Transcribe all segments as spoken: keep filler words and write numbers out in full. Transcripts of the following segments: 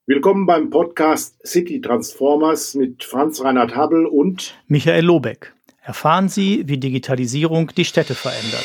Willkommen beim Podcast City Transformers mit Franz Reinhard Habbel und Michael Lobeck. Erfahren Sie, wie Digitalisierung die Städte verändert.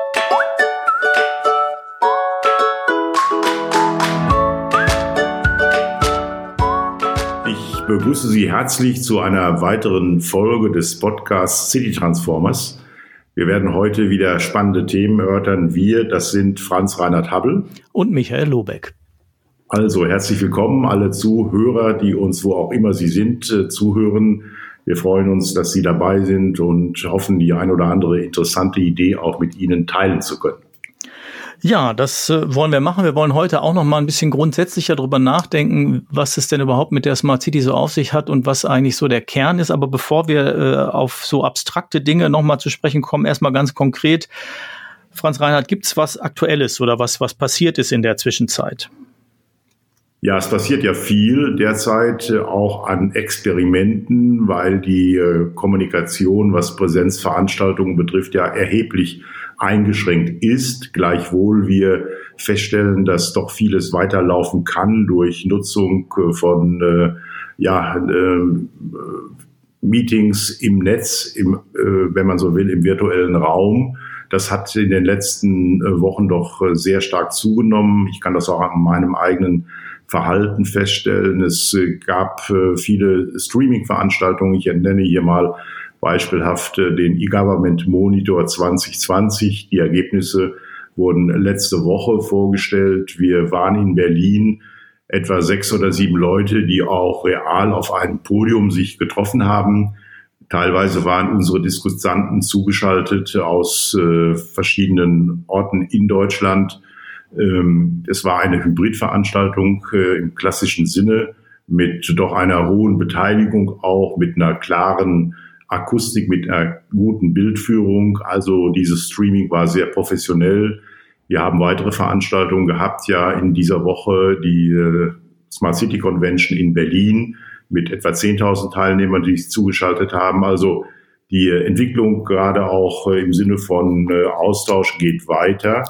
Ich begrüße Sie herzlich zu einer weiteren Folge des Podcasts City Transformers. Wir werden heute wieder spannende Themen erörtern. Wir, das sind Franz Reinhard Habbel und Michael Lobeck. Also herzlich willkommen, alle Zuhörer, die uns, wo auch immer sie sind, äh, zuhören. Wir freuen uns, dass Sie dabei sind und hoffen, die ein oder andere interessante Idee auch mit Ihnen teilen zu können. Ja, das äh, wollen wir machen. Wir wollen heute auch noch mal ein bisschen grundsätzlicher darüber nachdenken, was es denn überhaupt mit der Smart City so auf sich hat und was eigentlich so der Kern ist. Aber bevor wir äh, auf so abstrakte Dinge noch mal zu sprechen kommen, erstmal ganz konkret. Franz Reinhard, gibt's was Aktuelles oder was, was passiert ist in der Zwischenzeit? Ja, es passiert ja viel derzeit auch an Experimenten, weil die äh, Kommunikation, was Präsenzveranstaltungen betrifft, ja erheblich eingeschränkt ist. Gleichwohl wir feststellen, dass doch vieles weiterlaufen kann durch Nutzung von äh, ja, äh, Meetings im Netz, im, äh, wenn man so will, im virtuellen Raum. Das hat in den letzten äh, Wochen doch äh, sehr stark zugenommen. Ich kann das auch an meinem eigenen Verhalten feststellen. Es gab äh, viele Streaming-Veranstaltungen. Ich nenne hier mal beispielhaft äh, den E-Government Monitor zwanzig zwanzig. Die Ergebnisse wurden letzte Woche vorgestellt. Wir waren in Berlin etwa sechs oder sieben Leute, die auch real auf einem Podium sich getroffen haben. Teilweise waren unsere Diskussanten zugeschaltet aus äh, verschiedenen Orten in Deutschland. Es war eine Hybridveranstaltung äh, im klassischen Sinne mit doch einer hohen Beteiligung, auch mit einer klaren Akustik, mit einer guten Bildführung. Also dieses Streaming war sehr professionell. Wir haben weitere Veranstaltungen gehabt, ja in dieser Woche die äh, Smart City Convention in Berlin mit etwa zehntausend Teilnehmern, die sich zugeschaltet haben. Also die Entwicklung gerade auch äh, im Sinne von äh, Austausch geht weiter.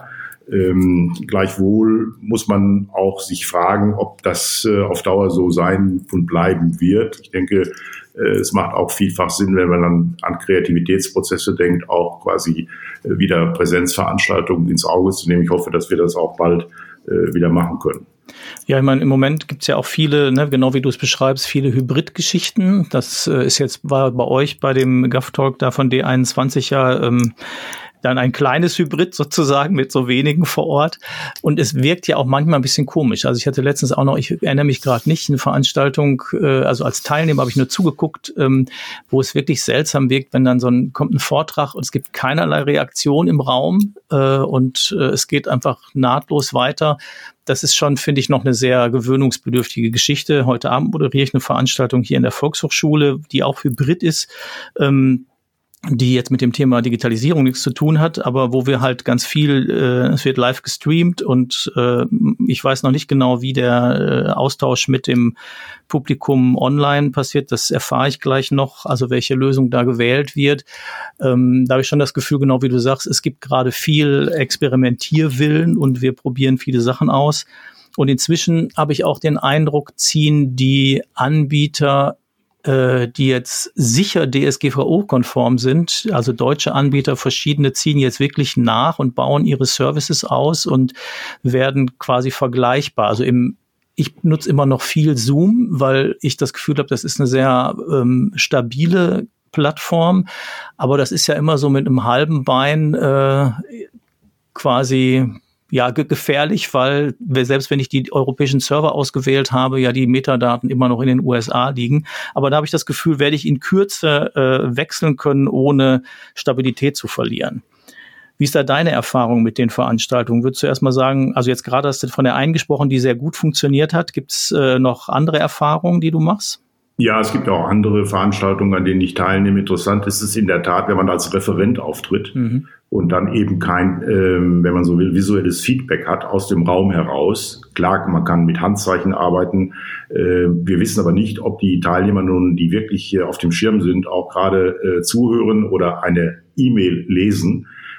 Ähm, gleichwohl muss man auch sich fragen, ob das äh, auf Dauer so sein und bleiben wird. Ich denke, äh, es macht auch vielfach Sinn, wenn man dann an Kreativitätsprozesse denkt, auch quasi äh, wieder Präsenzveranstaltungen ins Auge zu nehmen. Ich hoffe, dass wir das auch bald äh, wieder machen können. Ja, ich meine, im Moment gibt's ja auch viele, ne, genau wie du es beschreibst, viele Hybrid-Geschichten. Das äh, ist jetzt, war bei euch bei dem GovTalk da von D einundzwanzig ja ähm, dann ein kleines Hybrid sozusagen mit so wenigen vor Ort. Und es wirkt ja auch manchmal ein bisschen komisch. Also ich hatte letztens auch noch, ich erinnere mich gerade nicht, eine Veranstaltung, äh, also als Teilnehmer habe ich nur zugeguckt, ähm, wo es wirklich seltsam wirkt, wenn dann so ein, kommt ein Vortrag und es gibt keinerlei Reaktion im Raum äh, und äh, es geht einfach nahtlos weiter. Das ist schon, finde ich, noch eine sehr gewöhnungsbedürftige Geschichte. Heute Abend moderiere ich eine Veranstaltung hier in der Volkshochschule, die auch hybrid ist, ähm, die jetzt mit dem Thema Digitalisierung nichts zu tun hat, aber wo wir halt ganz viel, äh, es wird live gestreamt und äh, ich weiß noch nicht genau, wie der äh, Austausch mit dem Publikum online passiert. Das erfahre ich gleich noch, also welche Lösung da gewählt wird. Ähm, da habe ich schon das Gefühl, genau wie du sagst, es gibt gerade viel Experimentierwillen und wir probieren viele Sachen aus. Und inzwischen habe ich auch den Eindruck, ziehen die Anbieter, die jetzt sicher D S G V O-konform sind, also deutsche Anbieter, verschiedene, ziehen jetzt wirklich nach und bauen ihre Services aus und werden quasi vergleichbar. Also im Ich nutze immer noch viel Zoom, weil ich das Gefühl habe, das ist eine sehr ähm, stabile Plattform, aber das ist ja immer so mit einem halben Bein äh, quasi ja, ge- gefährlich, weil wir, selbst wenn ich die europäischen Server ausgewählt habe, ja die Metadaten immer noch in den U S A liegen. Aber da habe ich das Gefühl, werde ich in Kürze äh, wechseln können, ohne Stabilität zu verlieren. Wie ist da deine Erfahrung mit den Veranstaltungen? Würdest du erst mal sagen, also jetzt gerade hast du von der einen gesprochen, die sehr gut funktioniert hat. Gibt es äh, noch andere Erfahrungen, die du machst? Ja, es gibt auch andere Veranstaltungen, an denen ich teilnehme. Interessant ist es in der Tat, wenn man als Referent auftritt mhm. und dann eben kein, ähm, wenn man so will, visuelles Feedback hat aus dem Raum heraus. Klar, man kann mit Handzeichen arbeiten. Äh, wir wissen aber nicht, ob die Teilnehmer nun, die wirklich hier auf dem Schirm sind, auch gerade äh, zuhören oder eine E-Mail lesen.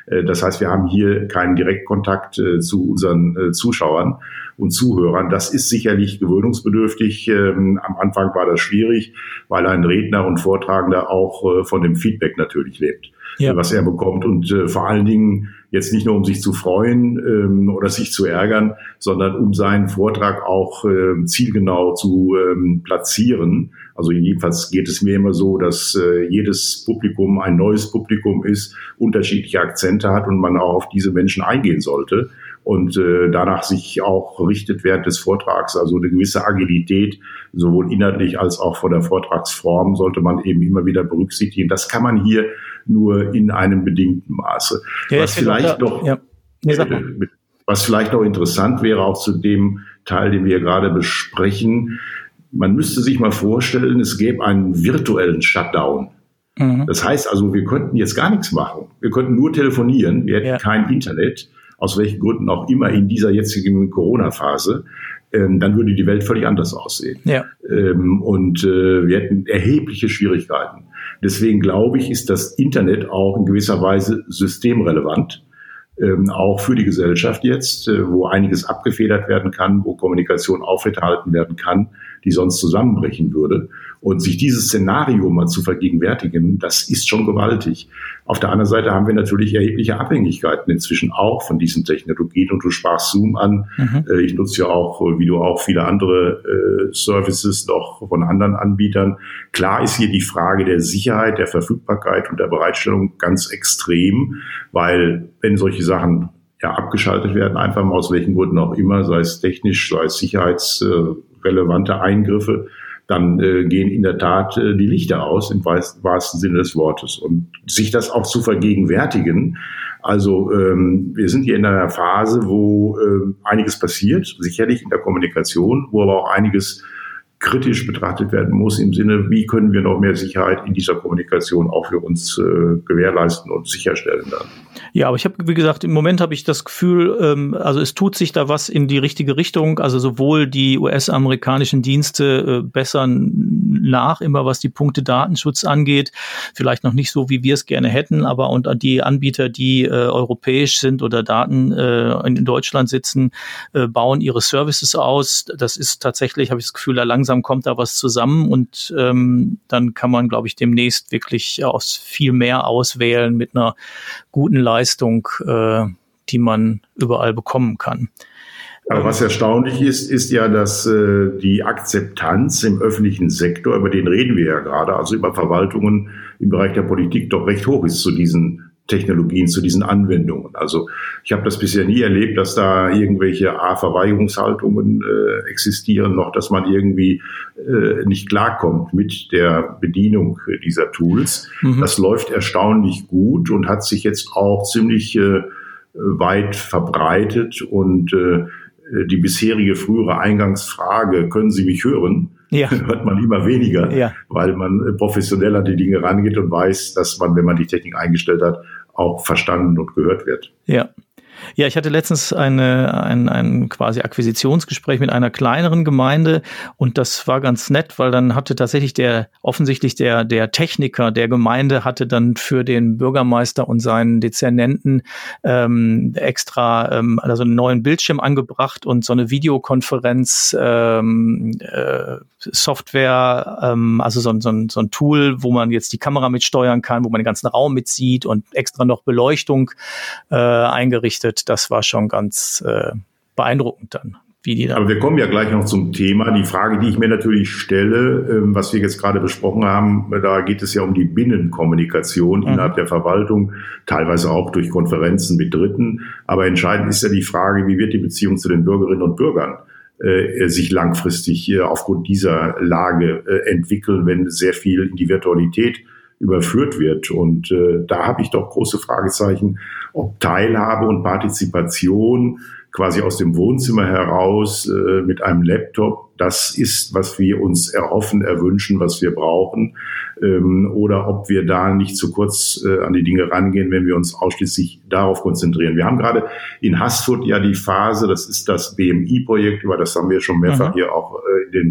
Das heißt, wir haben hier keinen Direktkontakt zu unseren Zuschauern und Zuhörern. Das ist sicherlich gewöhnungsbedürftig. Am Anfang war das schwierig, weil ein Redner und Vortragender auch von dem Feedback natürlich lebt, ja, was er bekommt. Und vor allen Dingen jetzt nicht nur, um sich zu freuen oder sich zu ärgern, sondern um seinen Vortrag auch zielgenau zu platzieren. Also jedenfalls geht es mir immer so, dass äh, jedes Publikum ein neues Publikum ist, unterschiedliche Akzente hat und man auch auf diese Menschen eingehen sollte und äh, danach sich auch richtet während des Vortrags. Also eine gewisse Agilität, sowohl inhaltlich als auch von der Vortragsform, sollte man eben immer wieder berücksichtigen. Das kann man hier nur in einem bedingten Maße. Ja, was vielleicht noch, ja. Nee, sag mal. Was vielleicht noch interessant wäre, auch zu dem Teil, den wir gerade besprechen: Man müsste sich mal vorstellen, es gäbe einen virtuellen Shutdown. Mhm. Das heißt also, wir könnten jetzt gar nichts machen. Wir könnten nur telefonieren. Wir hätten ja. kein Internet, aus welchen Gründen auch immer in dieser jetzigen Corona-Phase. Ähm, dann würde die Welt völlig anders aussehen. Ja. Ähm, und äh, wir hätten erhebliche Schwierigkeiten. Deswegen glaube ich, ist das Internet auch in gewisser Weise systemrelevant. Ähm, auch für die Gesellschaft jetzt, äh, wo einiges abgefedert werden kann, wo Kommunikation aufrechterhalten werden kann, die sonst zusammenbrechen würde. Und sich dieses Szenario mal zu vergegenwärtigen, das ist schon gewaltig. Auf der anderen Seite haben wir natürlich erhebliche Abhängigkeiten inzwischen auch von diesen Technologien. Und du sprachst Zoom an. Mhm. Äh, ich nutze ja auch, wie du auch, viele andere äh, Services noch von anderen Anbietern. Klar ist hier die Frage der Sicherheit, der Verfügbarkeit und der Bereitstellung ganz extrem, weil wenn solche Sachen ja abgeschaltet werden, einfach mal aus welchen Gründen auch immer, sei es technisch, sei es sicherheitsrelevante Eingriffe, dann äh, gehen in der Tat äh, die Lichter aus, im wahrsten Sinne des Wortes. Und sich das auch zu vergegenwärtigen, also ähm, wir sind hier in einer Phase, wo äh, einiges passiert, sicherlich in der Kommunikation, wo aber auch einiges kritisch betrachtet werden muss im Sinne, wie können wir noch mehr Sicherheit in dieser Kommunikation auch für uns äh, gewährleisten und sicherstellen dann. Ja, aber ich habe, wie gesagt, im Moment habe ich das Gefühl, ähm, also es tut sich da was in die richtige Richtung. Also sowohl die U S-amerikanischen Dienste äh, bessern nach, immer was die Punkte Datenschutz angeht. Vielleicht noch nicht so, wie wir es gerne hätten, aber und die Anbieter, die äh, europäisch sind oder Daten äh, in Deutschland sitzen, äh, bauen ihre Services aus. Das ist tatsächlich, habe ich das Gefühl, da langsam kommt da was zusammen und ähm, dann kann man, glaube ich, demnächst wirklich aus viel mehr auswählen mit einer guten Leistung, äh, die man überall bekommen kann. Aber was erstaunlich ist, ist ja, dass äh, die Akzeptanz im öffentlichen Sektor, über den reden wir ja gerade, also über Verwaltungen im Bereich der Politik, doch recht hoch ist zu diesen Technologien, zu diesen Anwendungen. Also ich habe das bisher nie erlebt, dass da irgendwelche A, Verweigerungshaltungen äh, existieren, noch dass man irgendwie äh, nicht klarkommt mit der Bedienung dieser Tools. Mhm. Das läuft erstaunlich gut und hat sich jetzt auch ziemlich äh, weit verbreitet und äh, die bisherige frühere Eingangsfrage, können Sie mich hören? Ja. Hört man immer weniger, ja. weil man professionell an die Dinge rangeht und weiß, dass man, wenn man die Technik eingestellt hat, auch verstanden und gehört wird. Ja. Ja, ich hatte letztens eine, ein, ein quasi Akquisitionsgespräch mit einer kleineren Gemeinde und das war ganz nett, weil dann hatte tatsächlich der, offensichtlich der, der Techniker der Gemeinde hatte dann für den Bürgermeister und seinen Dezernenten ähm, extra ähm, also einen neuen Bildschirm angebracht und so eine Videokonferenz ähm, äh, Software, ähm, also so, so, so ein Tool, wo man jetzt die Kamera mitsteuern kann, wo man den ganzen Raum mitsieht und extra noch Beleuchtung äh, eingerichtet. Das war schon ganz äh, beeindruckend dann, wie die da. Aber wir kommen ja gleich noch zum Thema. Die Frage, die ich mir natürlich stelle, ähm, was wir jetzt gerade besprochen haben, da geht es ja um die Binnenkommunikation mhm. innerhalb der Verwaltung, teilweise auch durch Konferenzen mit Dritten. Aber entscheidend ist ja die Frage, wie wird die Beziehung zu den Bürgerinnen und Bürgern äh, sich langfristig äh, aufgrund dieser Lage äh, entwickeln, wenn sehr viel in die Virtualität überführt wird. Und äh, da habe ich doch große Fragezeichen, ob Teilhabe und Partizipation quasi aus dem Wohnzimmer heraus äh, mit einem Laptop das ist, was wir uns erhoffen, erwünschen, was wir brauchen, ähm, oder ob wir da nicht zu kurz äh, an die Dinge rangehen, wenn wir uns ausschließlich darauf konzentrieren. Wir haben gerade in Haßfurt ja die Phase, das ist das B M I-Projekt, über das haben wir schon mehrfach mhm. hier auch äh, in den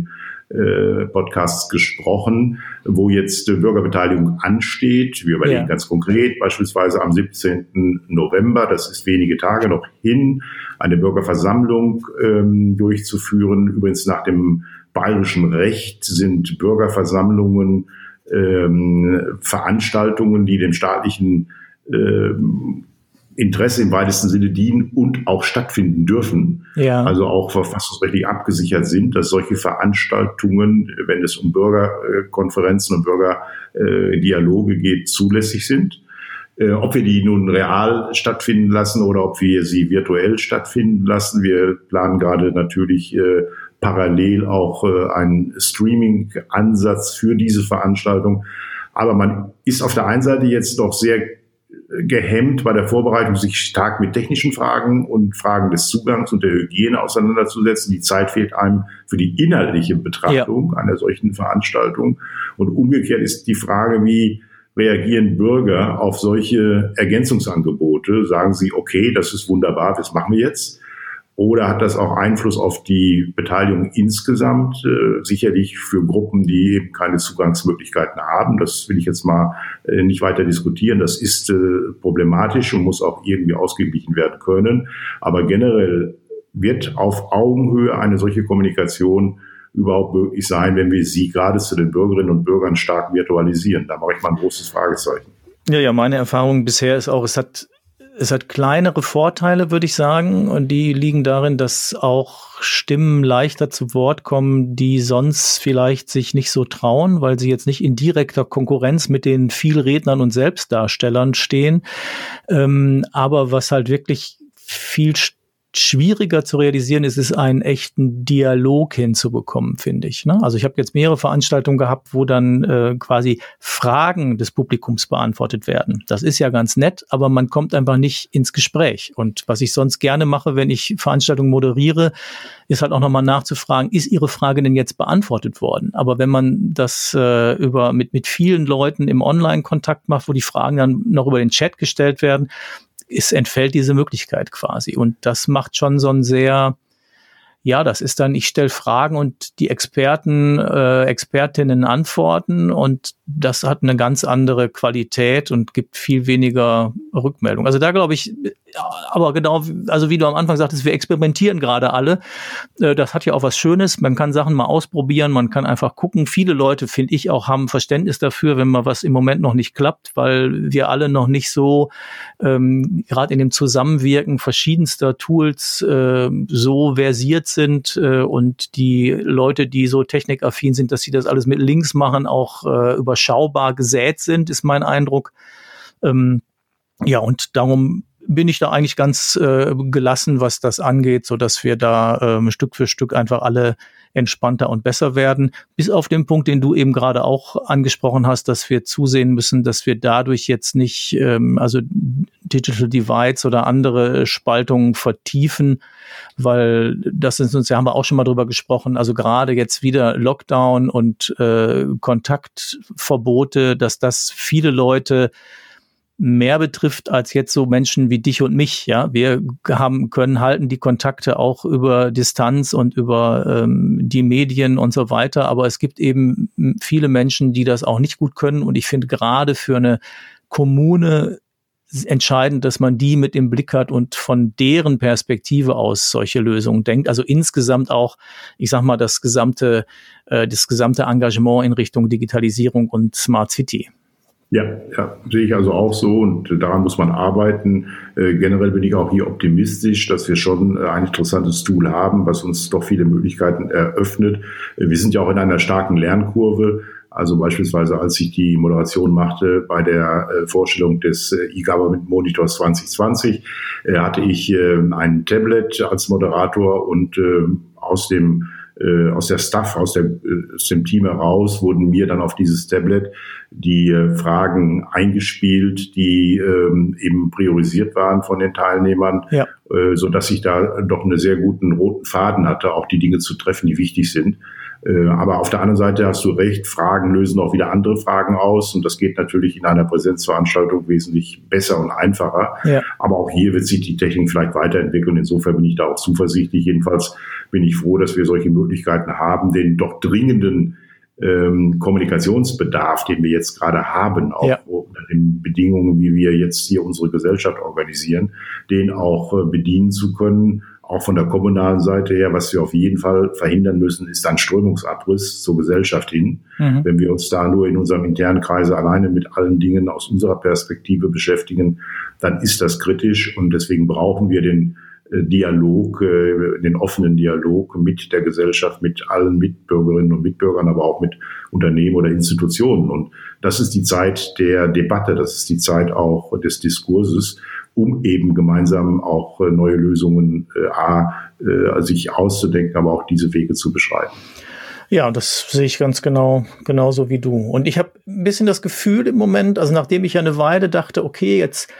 äh, Podcasts gesprochen, wo jetzt äh, Bürgerbeteiligung ansteht. Wir überlegen ja. ganz konkret, beispielsweise am siebzehnten November, das ist wenige Tage noch hin, eine Bürgerversammlung ähm, durchzuführen. Übrigens nach dem bayerischen Recht sind Bürgerversammlungen ähm, Veranstaltungen, die dem staatlichen ähm, Interesse im weitesten Sinne dienen und auch stattfinden dürfen. Ja. Also auch verfassungsrechtlich abgesichert sind, dass solche Veranstaltungen, wenn es um Bürgerkonferenzen und Bürgerdialoge geht, zulässig sind. Ob wir die nun real stattfinden lassen oder ob wir sie virtuell stattfinden lassen. Wir planen gerade natürlich äh, parallel auch äh, einen Streaming-Ansatz für diese Veranstaltung. Aber man ist auf der einen Seite jetzt doch sehr gehemmt bei der Vorbereitung, sich stark mit technischen Fragen und Fragen des Zugangs und der Hygiene auseinanderzusetzen. Die Zeit fehlt einem für die inhaltliche Betrachtung ja. einer solchen Veranstaltung. Und umgekehrt ist die Frage, wie reagieren Bürger auf solche Ergänzungsangebote? Sagen sie, okay, das ist wunderbar, das machen wir jetzt? Oder hat das auch Einfluss auf die Beteiligung insgesamt? Äh, sicherlich für Gruppen, die eben keine Zugangsmöglichkeiten haben. Das will ich jetzt mal äh, nicht weiter diskutieren. Das ist äh, problematisch und muss auch irgendwie ausgeglichen werden können. Aber generell wird auf Augenhöhe eine solche Kommunikation überhaupt möglich sein, wenn wir sie gerade zu den Bürgerinnen und Bürgern stark virtualisieren. Da mache ich mal ein großes Fragezeichen. Ja, ja, meine Erfahrung bisher ist auch, es hat Es hat kleinere Vorteile, würde ich sagen, und die liegen darin, dass auch Stimmen leichter zu Wort kommen, die sonst vielleicht sich nicht so trauen, weil sie jetzt nicht in direkter Konkurrenz mit den Vielrednern und Selbstdarstellern stehen. Ähm, aber was halt wirklich viel schwieriger zu realisieren ist, ist einen echten Dialog hinzubekommen, finde ich. Ne? Also ich habe jetzt mehrere Veranstaltungen gehabt, wo dann äh, quasi Fragen des Publikums beantwortet werden. Das ist ja ganz nett, aber man kommt einfach nicht ins Gespräch. Und was ich sonst gerne mache, wenn ich Veranstaltungen moderiere, ist halt auch nochmal nachzufragen, ist Ihre Frage denn jetzt beantwortet worden? Aber wenn man das äh, über mit mit vielen Leuten im Online-Kontakt macht, wo die Fragen dann noch über den Chat gestellt werden, es entfällt diese Möglichkeit quasi. Und das macht schon so ein sehr, ja, das ist dann, ich stelle Fragen und die Experten, äh, Expertinnen antworten und das hat eine ganz andere Qualität und gibt viel weniger Rückmeldung. Also da glaube ich, aber genau, also wie du am Anfang sagtest, wir experimentieren gerade alle. Äh, das hat ja auch was Schönes. Man kann Sachen mal ausprobieren, man kann einfach gucken. Viele Leute, finde ich, auch haben Verständnis dafür, wenn mal was im Moment noch nicht klappt, weil wir alle noch nicht so, ähm, gerade in dem Zusammenwirken verschiedenster Tools äh, so versiert sind äh, und die Leute, die so technikaffin sind, dass sie das alles mit Links machen, auch äh, überschaubar gesät sind, ist mein Eindruck. Ähm, ja, und darum bin ich da eigentlich ganz äh, gelassen, was das angeht, so dass wir da ähm, Stück für Stück einfach alle entspannter und besser werden. Bis auf den Punkt, den du eben gerade auch angesprochen hast, dass wir zusehen müssen, dass wir dadurch jetzt nicht, ähm, also Digital Divides oder andere Spaltungen vertiefen, weil das ist uns, ja, haben wir auch schon mal drüber gesprochen, also gerade jetzt wieder Lockdown und äh, Kontaktverbote, dass das viele Leute mehr betrifft als jetzt so Menschen wie dich und mich. Ja, wir haben können halten die Kontakte auch über Distanz und über ähm, die Medien und so weiter. Aber es gibt eben viele Menschen, die das auch nicht gut können. Und ich finde gerade für eine Kommune entscheidend, dass man die mit im Blick hat und von deren Perspektive aus solche Lösungen denkt. Also insgesamt auch, ich sag mal, das gesamte, äh, das gesamte Engagement in Richtung Digitalisierung und Smart City. Ja, ja, sehe ich also auch so und daran muss man arbeiten. Äh, generell bin ich auch hier optimistisch, dass wir schon äh, ein interessantes Tool haben, was uns doch viele Möglichkeiten eröffnet. Äh, wir sind ja auch in einer starken Lernkurve. Also beispielsweise, als ich die Moderation machte bei der äh, Vorstellung des äh, E-Government Monitors zwanzig zwanzig, äh, hatte ich äh, ein Tablet als Moderator und äh, aus dem aus der Staff, aus, der, aus dem Team heraus wurden mir dann auf dieses Tablet die äh, Fragen eingespielt, die ähm, eben priorisiert waren von den Teilnehmern. Ja. äh, so dass ich da doch einen sehr guten roten Faden hatte, auch die Dinge zu treffen, die wichtig sind. Äh, aber auf der anderen Seite hast du recht, Fragen lösen auch wieder andere Fragen aus und das geht natürlich in einer Präsenzveranstaltung wesentlich besser und einfacher. Ja. Aber auch hier wird sich die Technik vielleicht weiterentwickeln. Insofern bin ich da auch zuversichtlich. Jedenfalls bin ich froh, dass wir solche Möglichkeiten haben, den doch dringenden ähm, Kommunikationsbedarf, den wir jetzt gerade haben, auch ja. unter den Bedingungen, wie wir jetzt hier unsere Gesellschaft organisieren, den auch äh, bedienen zu können. Auch von der kommunalen Seite her, was wir auf jeden Fall verhindern müssen, ist ein Strömungsabriss zur Gesellschaft hin. Mhm. Wenn wir uns da nur in unserem internen Kreise alleine mit allen Dingen aus unserer Perspektive beschäftigen, dann ist das kritisch und deswegen brauchen wir den äh, Dialog, äh, den offenen Dialog mit der Gesellschaft, mit allen Mitbürgerinnen und Mitbürgern, aber auch mit Unternehmen oder Institutionen. Und das ist die Zeit der Debatte, das ist die Zeit auch des Diskurses, um eben gemeinsam auch neue Lösungen äh, A, äh, sich auszudenken, aber auch diese Wege zu beschreiten. Ja, das sehe ich ganz genau, genauso wie du. Und ich habe ein bisschen das Gefühl im Moment, also nachdem ich ja eine Weile dachte, okay, jetzt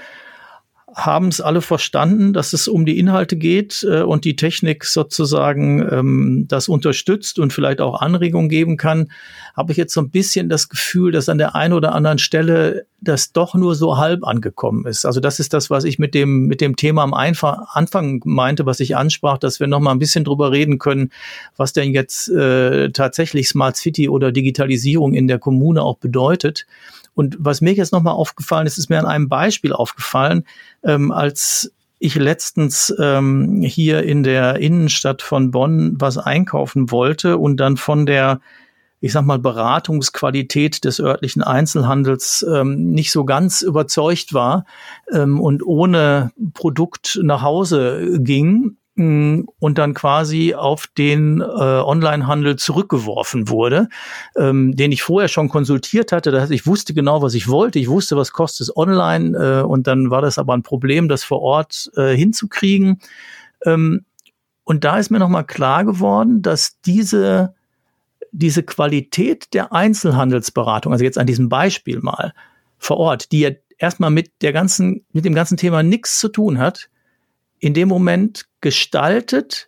haben es alle verstanden, dass es um die Inhalte geht äh, und die Technik sozusagen ähm, das unterstützt und vielleicht auch Anregungen geben kann, habe ich jetzt so ein bisschen das Gefühl, dass an der einen oder anderen Stelle das doch nur so halb angekommen ist. Also das ist das, was ich mit dem mit dem Thema am Einfach, Anfang meinte, was ich ansprach, dass wir noch mal ein bisschen drüber reden können, was denn jetzt äh, tatsächlich Smart City oder Digitalisierung in der Kommune auch bedeutet. Und was mir jetzt nochmal aufgefallen ist, ist mir an einem Beispiel aufgefallen, ähm, als ich letztens ähm, hier in der Innenstadt von Bonn was einkaufen wollte und dann von der, ich sag mal, Beratungsqualität des örtlichen Einzelhandels ähm, nicht so ganz überzeugt war ähm, und ohne Produkt nach Hause ging und dann quasi auf den äh, Onlinehandel zurückgeworfen wurde, ähm, den ich vorher schon konsultiert hatte. Das heißt, ich wusste genau, was ich wollte. Ich wusste, was kostet es online äh, und dann war das aber ein Problem, das vor Ort äh, hinzukriegen. Ähm, und da ist mir nochmal klar geworden, dass diese, diese Qualität der Einzelhandelsberatung, also jetzt an diesem Beispiel mal vor Ort, die ja erstmal mit der ganzen, mit dem ganzen Thema nichts zu tun hat, in dem Moment gestaltet,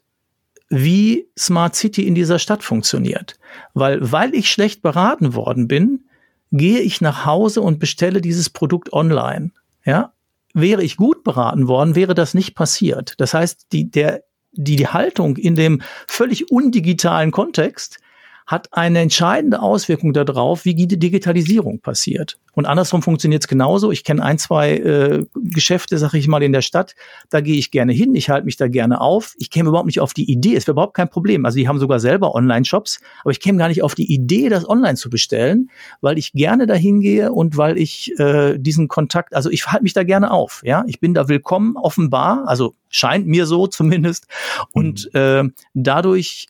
wie Smart City in dieser Stadt funktioniert. Weil, weil ich schlecht beraten worden bin, gehe ich nach Hause und bestelle dieses Produkt online. Ja? Wäre ich gut beraten worden, wäre das nicht passiert. Das heißt, die, der, die, die Haltung in dem völlig undigitalen Kontext hat eine entscheidende Auswirkung darauf, wie die Digitalisierung passiert. Und andersrum funktioniert es genauso. Ich kenne ein, zwei äh, Geschäfte, sage ich mal, in der Stadt. Da gehe ich gerne hin, ich halte mich da gerne auf. Ich käme überhaupt nicht auf die Idee, es wäre überhaupt kein Problem. Also die haben sogar selber Online-Shops, aber ich käme gar nicht auf die Idee, das online zu bestellen, weil ich gerne dahin gehe und weil ich äh, diesen Kontakt, also ich halte mich da gerne auf. Ja, ich bin da willkommen, offenbar, also scheint mir so zumindest. Und äh, dadurch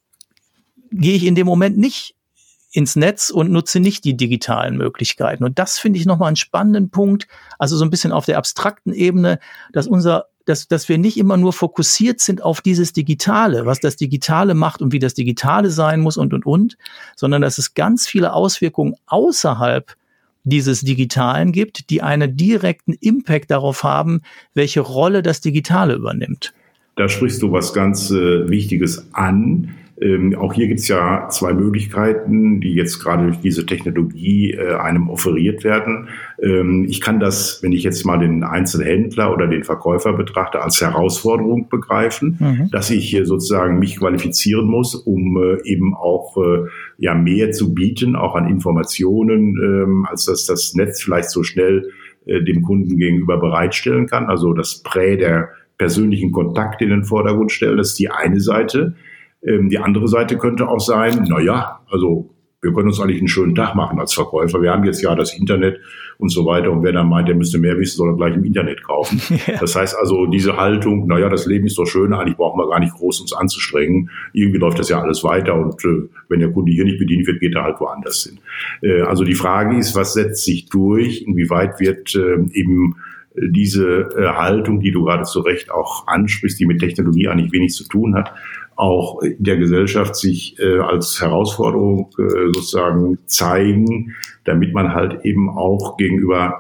gehe ich in dem Moment nicht ins Netz und nutze nicht die digitalen Möglichkeiten. Und das finde ich nochmal einen spannenden Punkt, also so ein bisschen auf der abstrakten Ebene, dass unser, dass, dass wir nicht immer nur fokussiert sind auf dieses Digitale, was das Digitale macht und wie das Digitale sein muss und, und, und, sondern dass es ganz viele Auswirkungen außerhalb dieses Digitalen gibt, die einen direkten Impact darauf haben, welche Rolle das Digitale übernimmt. Da sprichst du was ganz äh, Wichtiges an. Ähm, auch hier gibt es ja zwei Möglichkeiten, die jetzt gerade durch diese Technologie äh, einem offeriert werden. Ähm, ich kann das, wenn ich jetzt mal den Einzelhändler oder den Verkäufer betrachte, als Herausforderung begreifen, mhm. dass ich hier sozusagen mich qualifizieren muss, um äh, eben auch äh, ja mehr zu bieten, auch an Informationen, ähm, als dass das Netz vielleicht so schnell äh, dem Kunden gegenüber bereitstellen kann. Also das Prä der persönlichen Kontakt in den Vordergrund stellen, das ist die eine Seite. Die andere Seite könnte auch sein, na ja, also wir können uns eigentlich einen schönen Tag machen als Verkäufer. Wir haben jetzt ja das Internet und so weiter. Und wer dann meint, der müsste mehr wissen, soll er gleich im Internet kaufen. Ja. Das heißt also, diese Haltung, na ja, das Leben ist doch schön, eigentlich brauchen wir gar nicht groß uns anzustrengen. Irgendwie läuft das ja alles weiter. Und äh, wenn der Kunde hier nicht bedient wird, geht er halt woanders hin. Äh, also die Frage ist, was setzt sich durch? Inwieweit wird äh, eben diese äh, Haltung, die du gerade zu Recht auch ansprichst, die mit Technologie eigentlich wenig zu tun hat, auch in der Gesellschaft sich äh, als Herausforderung äh, sozusagen zeigen, damit man halt eben auch gegenüber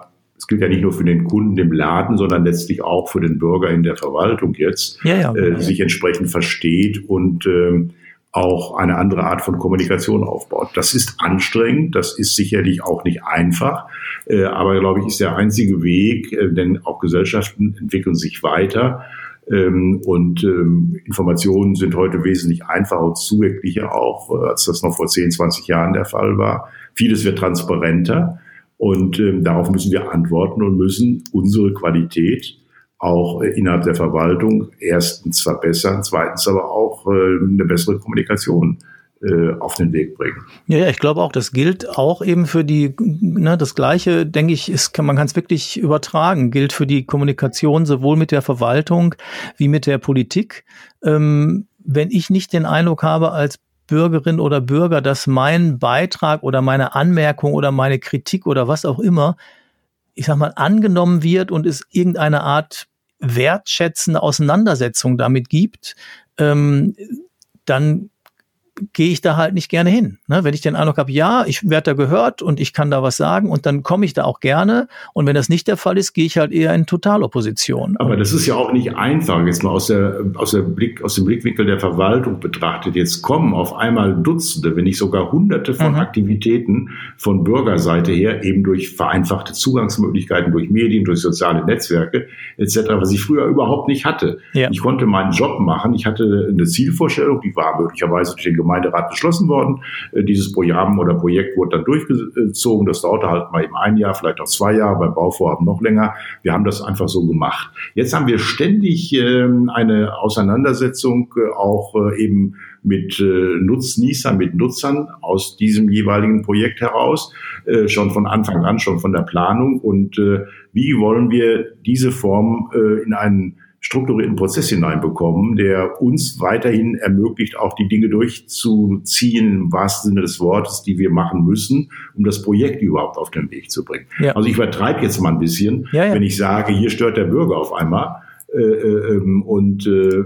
das gilt ja nicht nur für den Kunden im Laden, sondern letztlich auch für den Bürger in der Verwaltung jetzt, ja, ja. Äh, sich entsprechend versteht und äh, auch eine andere Art von Kommunikation aufbaut. Das ist anstrengend, das ist sicherlich auch nicht einfach, äh, aber, glaube ich, ist der einzige Weg, äh, denn auch Gesellschaften entwickeln sich weiter ähm, und ähm, Informationen sind heute wesentlich einfacher und zugänglicher auch, äh, als das noch vor zehn, zwanzig Jahren der Fall war. Vieles wird transparenter und ähm, darauf müssen wir antworten und müssen unsere Qualität auch innerhalb der Verwaltung erstens verbessern, zweitens aber auch äh, eine bessere Kommunikation äh, auf den Weg bringen. Ja, ja, ich glaube auch, das gilt auch eben für die, ne, das Gleiche, denke ich, ist, kann, man kann es wirklich übertragen, gilt für die Kommunikation sowohl mit der Verwaltung wie mit der Politik. Ähm, wenn ich nicht den Eindruck habe als Bürgerin oder Bürger, dass mein Beitrag oder meine Anmerkung oder meine Kritik oder was auch immer, ich sag mal, angenommen wird und es irgendeine Art wertschätzende Auseinandersetzung damit gibt, ähm, dann gehe ich da halt nicht gerne hin. Ne? Wenn ich den Eindruck habe, ja, ich werde da gehört und ich kann da was sagen und dann komme ich da auch gerne. Und wenn das nicht der Fall ist, gehe ich halt eher in Totalopposition. Aber das ist ja auch nicht einfach, jetzt mal aus der, aus der Blick, aus dem Blickwinkel der Verwaltung betrachtet. Jetzt kommen auf einmal Dutzende, wenn nicht sogar Hunderte von mhm. Aktivitäten von Bürgerseite her, eben durch vereinfachte Zugangsmöglichkeiten, durch Medien, durch soziale Netzwerke et cetera, was ich früher überhaupt nicht hatte. Ja. Ich konnte meinen Job machen, ich hatte eine Zielvorstellung, die war möglicherweise durch den Gemeinderat beschlossen worden. Dieses Programm oder Projekt wurde dann durchgezogen. Das dauerte halt mal eben ein Jahr, vielleicht auch zwei Jahre, bei Bauvorhaben noch länger. Wir haben das einfach so gemacht. Jetzt haben wir ständig eine Auseinandersetzung auch eben mit Nutznießern, mit Nutzern aus diesem jeweiligen Projekt heraus, schon von Anfang an, schon von der Planung. Und wie wollen wir diese Form in einen strukturierten Prozess hineinbekommen, der uns weiterhin ermöglicht, auch die Dinge durchzuziehen, im wahrsten Sinne des Wortes, die wir machen müssen, um das Projekt überhaupt auf den Weg zu bringen. Ja. Also ich übertreibe jetzt mal ein bisschen, ja, ja. wenn ich sage, hier stört der Bürger auf einmal. Äh, äh, und äh,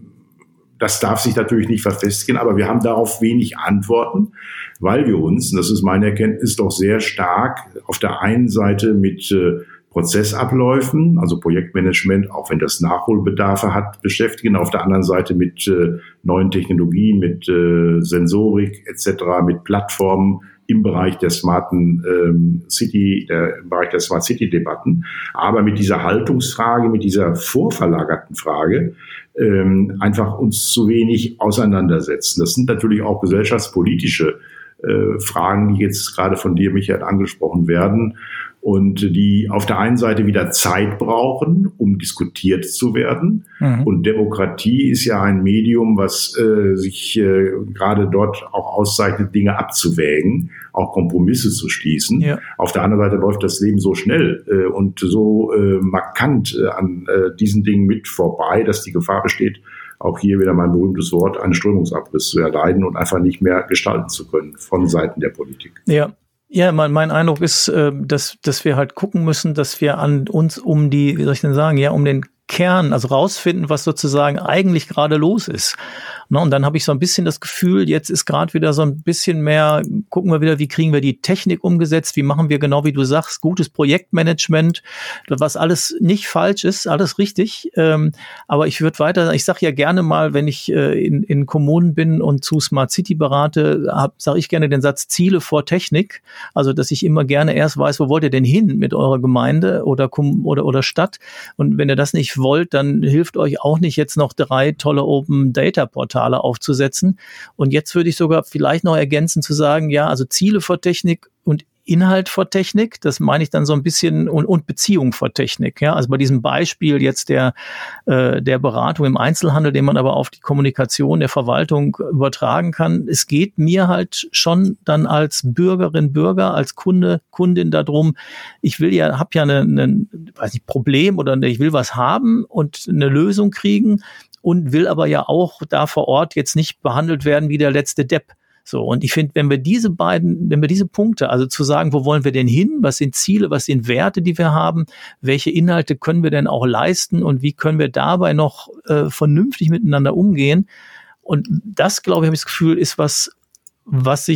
das darf sich natürlich nicht verfestigen, aber wir haben darauf wenig Antworten, weil wir uns, und das ist meine Erkenntnis, doch sehr stark auf der einen Seite mit äh, Prozessabläufen, also Projektmanagement, auch wenn das Nachholbedarfe hat, beschäftigen. Auf der anderen Seite mit äh, neuen Technologien, mit äh, Sensorik et cetera, mit Plattformen im Bereich der smarten ähm, City, der, im Bereich der Smart City Debatten, aber mit dieser Haltungsfrage, mit dieser vorverlagerten Frage ähm, einfach uns zu wenig auseinandersetzen. Das sind natürlich auch gesellschaftspolitische äh, Fragen, die jetzt gerade von dir, Michael, angesprochen werden. Und die auf der einen Seite wieder Zeit brauchen, um diskutiert zu werden. Mhm. Und Demokratie ist ja ein Medium, was äh, sich äh, gerade dort auch auszeichnet, Dinge abzuwägen, auch Kompromisse zu schließen. Ja. Auf der anderen Seite läuft das Leben so schnell äh, und so äh, markant äh, an äh, diesen Dingen mit vorbei, dass die Gefahr besteht, auch hier wieder mein berühmtes Wort, einen Strömungsabriss zu erleiden und einfach nicht mehr gestalten zu können von Seiten der Politik. Ja. Ja, mein, mein Eindruck ist, dass, dass wir halt gucken müssen, dass wir an uns um die, wie soll ich denn sagen, ja, um den Kern, also rausfinden, was sozusagen eigentlich gerade los ist. Und dann habe ich so ein bisschen das Gefühl, jetzt ist gerade wieder so ein bisschen mehr, gucken wir wieder, wie kriegen wir die Technik umgesetzt, wie machen wir genau, wie du sagst, gutes Projektmanagement, was alles nicht falsch ist, alles richtig. Aber ich würde weiter, ich sage ja gerne mal, wenn ich in, in Kommunen bin und zu Smart City berate, sage ich gerne den Satz Ziele vor Technik. Also, dass ich immer gerne erst weiß, wo wollt ihr denn hin mit eurer Gemeinde oder, oder, oder Stadt? Und wenn ihr das nicht wollt, dann hilft euch auch nicht jetzt noch drei tolle Open-Data-Portale aufzusetzen. Und jetzt würde ich sogar vielleicht noch ergänzen zu sagen, ja, also Ziele vor Technik und Inhalt vor Technik, das meine ich dann so ein bisschen, und, und Beziehung vor Technik. Ja, also bei diesem Beispiel jetzt der, äh, der Beratung im Einzelhandel, den man aber auf die Kommunikation der Verwaltung übertragen kann. Es geht mir halt schon dann als Bürgerin, Bürger, als Kunde, Kundin darum, ich will ja, habe ja eine, eine, weiß nicht, Problem oder ich will was haben und eine Lösung kriegen und will aber ja auch da vor Ort jetzt nicht behandelt werden wie der letzte Depp. So, und ich finde, wenn wir diese beiden, wenn wir diese Punkte, also zu sagen, wo wollen wir denn hin, was sind Ziele, was sind Werte, die wir haben, welche Inhalte können wir denn auch leisten und wie können wir dabei noch äh, vernünftig miteinander umgehen, und das, glaube ich, habe ich das Gefühl, ist was, was sich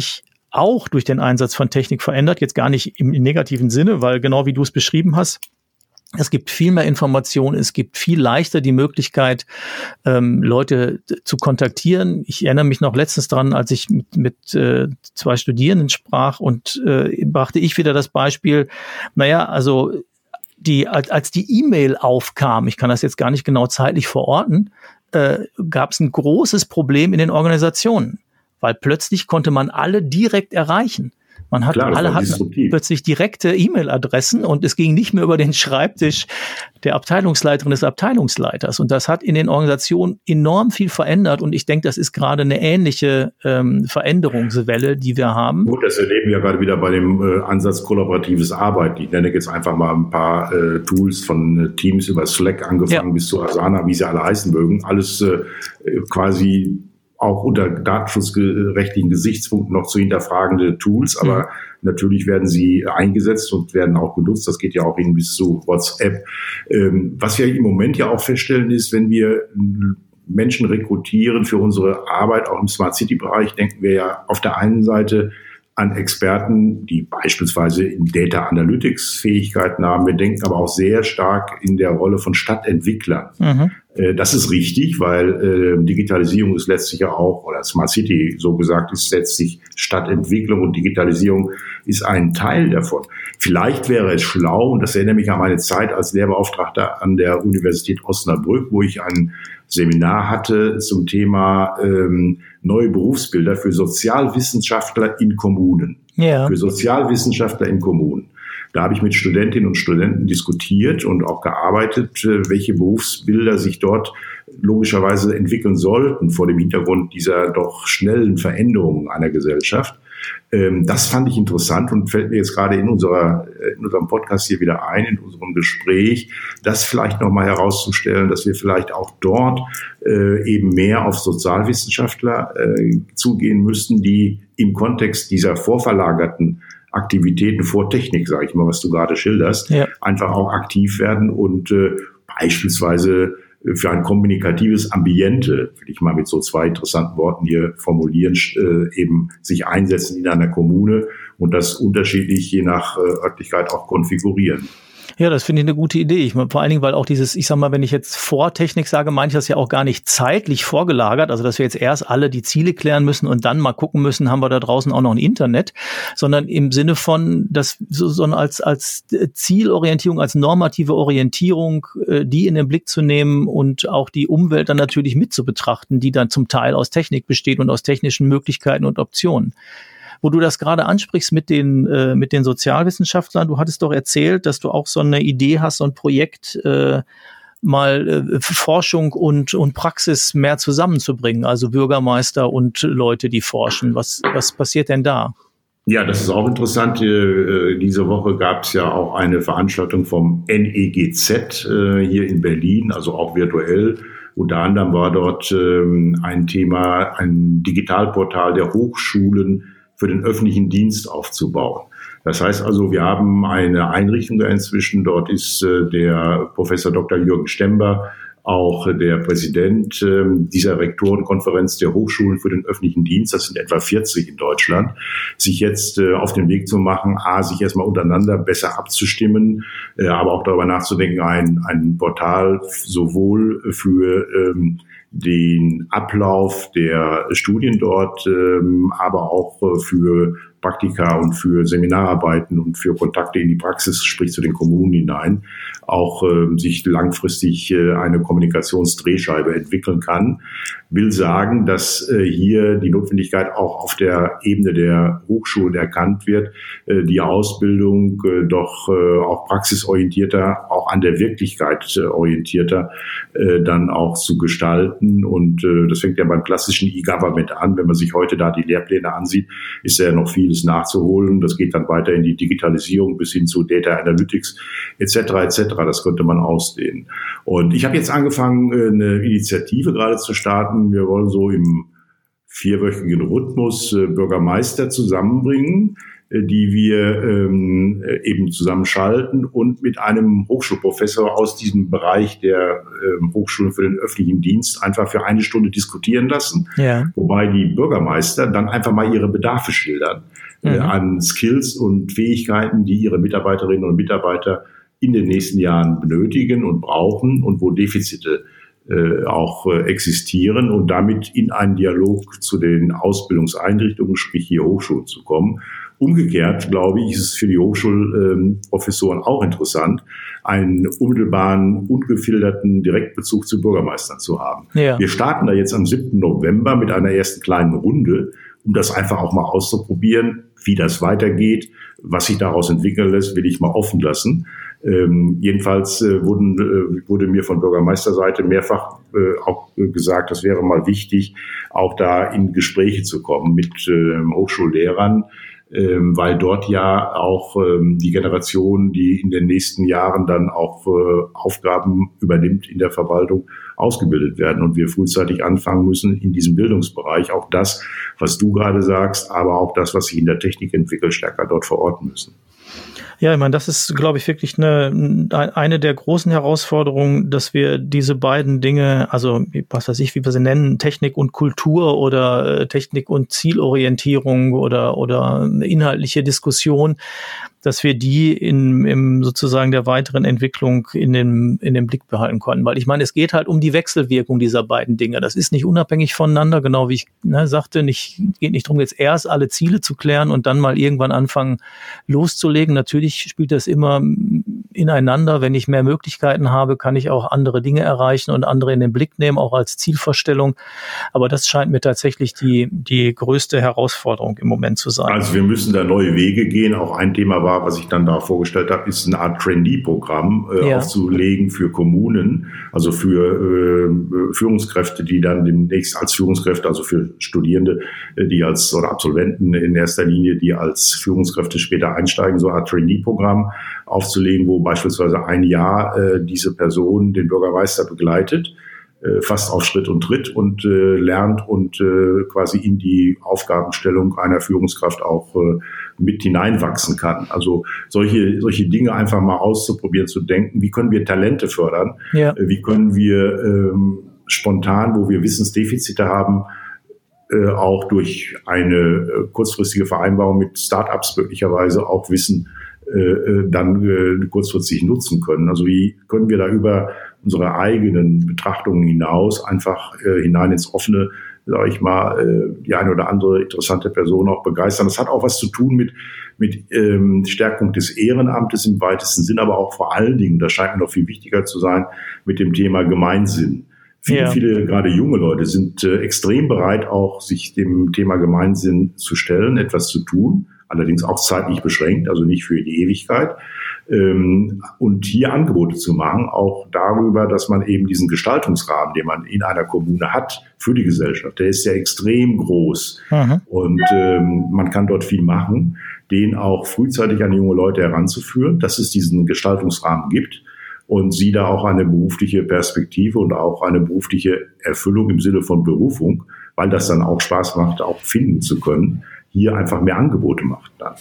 auch durch den Einsatz von Technik verändert, jetzt gar nicht im negativen Sinne, weil genau wie du es beschrieben hast, es gibt viel mehr Informationen, es gibt viel leichter die Möglichkeit, ähm, Leute zu kontaktieren. Ich erinnere mich noch letztens dran, als ich mit, mit äh, zwei Studierenden sprach und äh, brachte ich wieder das Beispiel, naja, also die als, als die E-Mail aufkam, ich kann das jetzt gar nicht genau zeitlich verorten, äh, gab es ein großes Problem in den Organisationen, weil plötzlich konnte man alle direkt erreichen. Man hat, Klar, alle hatten plötzlich direkte E-Mail-Adressen und es ging nicht mehr über den Schreibtisch der Abteilungsleiterin des Abteilungsleiters. Und das hat in den Organisationen enorm viel verändert. Und ich denke, das ist gerade eine ähnliche ähm, Veränderungswelle, die wir haben. Gut, das erleben wir gerade wieder bei dem äh, Ansatz kollaboratives Arbeiten. Ich nenne jetzt einfach mal ein paar äh, Tools von äh, Teams über Slack angefangen ja. bis zu Asana, wie sie alle heißen mögen. Alles äh, quasi auch unter datenschutzrechtlichen Gesichtspunkten noch zu hinterfragende Tools, aber mhm. natürlich werden sie eingesetzt und werden auch genutzt. Das geht ja auch hin bis zu WhatsApp. Ähm, was wir im Moment ja auch feststellen ist, wenn wir Menschen rekrutieren für unsere Arbeit, auch im Smart City Bereich, denken wir ja auf der einen Seite an Experten, die beispielsweise in Data Analytics Fähigkeiten haben. Wir denken aber auch sehr stark in der Rolle von Stadtentwicklern. Mhm. Äh, das ist richtig, weil äh, Digitalisierung ist letztlich ja auch, oder Smart City so gesagt, ist letztlich Stadtentwicklung und Digitalisierung ist ein Teil davon. Vielleicht wäre es schlau, und das erinnert mich an meine Zeit als Lehrbeauftragter an der Universität Osnabrück, wo ich ein Seminar hatte zum Thema ähm, neue Berufsbilder für Sozialwissenschaftler in Kommunen. Ja. Für Sozialwissenschaftler in Kommunen. Da habe ich mit Studentinnen und Studenten diskutiert und auch gearbeitet, welche Berufsbilder sich dort logischerweise entwickeln sollten vor dem Hintergrund dieser doch schnellen Veränderungen einer Gesellschaft. Das fand ich interessant und fällt mir jetzt gerade in unserer, in unserem Podcast hier wieder ein, in unserem Gespräch, das vielleicht nochmal herauszustellen, dass wir vielleicht auch dort äh, eben mehr auf Sozialwissenschaftler äh, zugehen müssten, die im Kontext dieser vorverlagerten Aktivitäten vor Technik, sage ich mal, was du gerade schilderst, ja. einfach auch aktiv werden und äh, beispielsweise für ein kommunikatives Ambiente, will ich mal mit so zwei interessanten Worten hier formulieren, äh, eben sich einsetzen in einer Kommune und das unterschiedlich je nach äh, Örtlichkeit auch konfigurieren. Ja, das finde ich eine gute Idee. Ich, vor allen Dingen, weil auch dieses, ich sag mal, wenn ich jetzt Vortechnik sage, meine ich das ja auch gar nicht zeitlich vorgelagert, also dass wir jetzt erst alle die Ziele klären müssen und dann mal gucken müssen, haben wir da draußen auch noch ein Internet, sondern im Sinne von, dass so, so als, als Zielorientierung, als normative Orientierung, äh, die in den Blick zu nehmen und auch die Umwelt dann natürlich mit zu betrachten, die dann zum Teil aus Technik besteht und aus technischen Möglichkeiten und Optionen. Wo du das gerade ansprichst mit den äh, mit den Sozialwissenschaftlern, du hattest doch erzählt, dass du auch so eine Idee hast, so ein Projekt äh, mal äh, Forschung und und Praxis mehr zusammenzubringen, also Bürgermeister und Leute, die forschen. Was was passiert denn da? Ja, das ist auch interessant. Äh, diese Woche gab es ja auch eine Veranstaltung vom N E G Z äh, hier in Berlin, also auch virtuell. Unter anderem war dort ähm, ein Thema, ein Digitalportal der Hochschulen für den öffentlichen Dienst aufzubauen. Das heißt also, wir haben eine Einrichtung da inzwischen. Dort ist äh, der Professor Doktor Jürgen Stember, auch äh, der Präsident äh, dieser Rektorenkonferenz der Hochschulen für den öffentlichen Dienst, das sind etwa vierzig in Deutschland, sich jetzt äh, auf den Weg zu machen, a, sich erstmal untereinander besser abzustimmen, äh, aber auch darüber nachzudenken, ein, ein Portal sowohl für ähm, den Ablauf der Studien dort, ähm, aber auch äh, für Praktika und für Seminararbeiten und für Kontakte in die Praxis, sprich zu den Kommunen hinein, auch äh, sich langfristig äh, eine Kommunikationsdrehscheibe entwickeln kann. Will sagen, dass äh, hier die Notwendigkeit auch auf der Ebene der Hochschulen erkannt wird, äh, die Ausbildung äh, doch äh, auch praxisorientierter, auch an der Wirklichkeit äh, orientierter äh, dann auch zu gestalten. Und äh, das fängt ja beim klassischen E-Government an. Wenn man sich heute da die Lehrpläne ansieht, ist ja noch vieles nachzuholen. Das geht dann weiter in die Digitalisierung bis hin zu Data Analytics et cetera et cetera. Das könnte man ausdehnen. Und ich habe jetzt angefangen, eine Initiative gerade zu starten. Wir wollen so im vierwöchigen Rhythmus Bürgermeister zusammenbringen, die wir ähm, eben zusammenschalten und mit einem Hochschulprofessor aus diesem Bereich der ähm, Hochschulen für den öffentlichen Dienst einfach für eine Stunde diskutieren lassen. Ja. Wobei die Bürgermeister dann einfach mal ihre Bedarfe schildern mhm. äh, an Skills und Fähigkeiten, die ihre Mitarbeiterinnen und Mitarbeiter in den nächsten Jahren benötigen und brauchen und wo Defizite äh, auch äh, existieren und damit in einen Dialog zu den Ausbildungseinrichtungen, sprich hier Hochschulen zu kommen. Umgekehrt, glaube ich, ist es für die Hochschulprofessoren ähm, auch interessant, einen unmittelbaren, ungefilterten Direktbezug zu Bürgermeistern zu haben. Ja. Wir starten da jetzt am siebten November mit einer ersten kleinen Runde, um das einfach auch mal auszuprobieren, wie das weitergeht, was sich daraus entwickeln lässt, will ich mal offen lassen. Ähm, jedenfalls äh, wurden, äh, wurde mir von Bürgermeisterseite mehrfach äh, auch äh, gesagt, das wäre mal wichtig, auch da in Gespräche zu kommen mit äh, Hochschullehrern, ähm, weil dort ja auch ähm, die Generation, die in den nächsten Jahren dann auch äh, Aufgaben übernimmt in der Verwaltung, ausgebildet werden und wir frühzeitig anfangen müssen in diesem Bildungsbereich auch das, was du gerade sagst, aber auch das, was sich in der Technik entwickelt, stärker dort verorten müssen. Ja, ich meine, das ist, glaube ich, wirklich eine, eine der großen Herausforderungen, dass wir diese beiden Dinge, also was weiß ich, wie wir sie nennen, Technik und Kultur oder Technik und Zielorientierung oder oder inhaltliche Diskussion, dass wir die in im sozusagen der weiteren Entwicklung in den in den Blick behalten konnten. Weil ich meine, es geht halt um die Wechselwirkung dieser beiden Dinge. Das ist nicht unabhängig voneinander, genau wie ich ne, sagte, nicht geht nicht darum, jetzt erst alle Ziele zu klären und dann mal irgendwann anfangen loszulegen. Natürlich spielt das immer ineinander. Wenn ich mehr Möglichkeiten habe, kann ich auch andere Dinge erreichen und andere in den Blick nehmen, auch als Zielvorstellung. Aber das scheint mir tatsächlich die die größte Herausforderung im Moment zu sein. Also wir müssen da neue Wege gehen. Auch ein Thema war, was ich dann da vorgestellt habe, ist eine Art Trainee-Programm äh, ja. aufzulegen für Kommunen, also für äh, Führungskräfte, die dann demnächst als Führungskräfte, also für Studierende, äh, die als oder Absolventen in erster Linie, die als Führungskräfte später einsteigen, so eine Art Trainee-Programm aufzulegen, wo beispielsweise ein Jahr äh, diese Person den Bürgermeister begleitet, fast auf Schritt und Tritt und äh, lernt und äh, quasi in die Aufgabenstellung einer Führungskraft auch äh, mit hineinwachsen kann. Also solche solche Dinge einfach mal auszuprobieren, zu denken, wie können wir Talente fördern, ja. äh, wie können wir ähm, spontan, wo wir Wissensdefizite haben, äh, auch durch eine äh, kurzfristige Vereinbarung mit Start-ups möglicherweise auch Wissen äh, dann äh, kurzfristig nutzen können. Also wie können wir da über unsere eigenen Betrachtungen hinaus einfach äh, hinein ins Offene, sage ich mal, äh, die eine oder andere interessante Person auch begeistern. Das hat auch was zu tun mit mit ähm, Stärkung des Ehrenamtes im weitesten Sinn, aber auch vor allen Dingen, das scheint mir noch viel wichtiger zu sein, mit dem Thema Gemeinsinn. Viele, ja. viele, gerade junge Leute sind äh, extrem bereit, auch sich dem Thema Gemeinsinn zu stellen, etwas zu tun, allerdings auch zeitlich beschränkt, also nicht für die Ewigkeit. Ähm, und hier Angebote zu machen, auch darüber, dass man eben diesen Gestaltungsrahmen, den man in einer Kommune hat, für die Gesellschaft, der ist ja extrem groß. Mhm. Und ähm, man kann dort viel machen, den auch frühzeitig an junge Leute heranzuführen, dass es diesen Gestaltungsrahmen gibt und sie da auch eine berufliche Perspektive und auch eine berufliche Erfüllung im Sinne von Berufung, weil das dann auch Spaß macht, auch finden zu können, hier einfach mehr Angebote macht dann.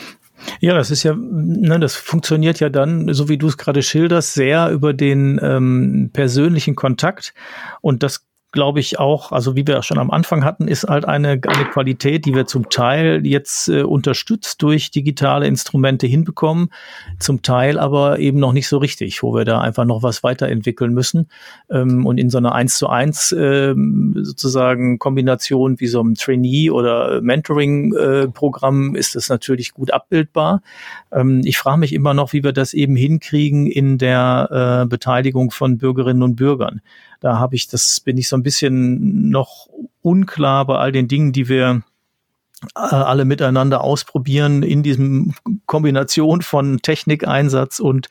Ja, das ist ja, ne, das funktioniert ja dann, so wie du es gerade schilderst, sehr über den ähm, persönlichen Kontakt. Und das glaube ich auch, also wie wir auch schon am Anfang hatten, ist halt eine, eine Qualität, die wir zum Teil jetzt äh, unterstützt durch digitale Instrumente hinbekommen, zum Teil aber eben noch nicht so richtig, wo wir da einfach noch was weiterentwickeln müssen. Ähm, und in so einer eins zu eins ähm, sozusagen Kombination wie so einem Trainee- oder Mentoring-Programm äh, ist das natürlich gut abbildbar. Ähm, ich frage mich immer noch, wie wir das eben hinkriegen in der äh, Beteiligung von Bürgerinnen und Bürgern. Da habe ich, das bin ich so ein bisschen noch unklar bei all den Dingen, die wir äh, alle miteinander ausprobieren in diesem Kombination von Technikeinsatz und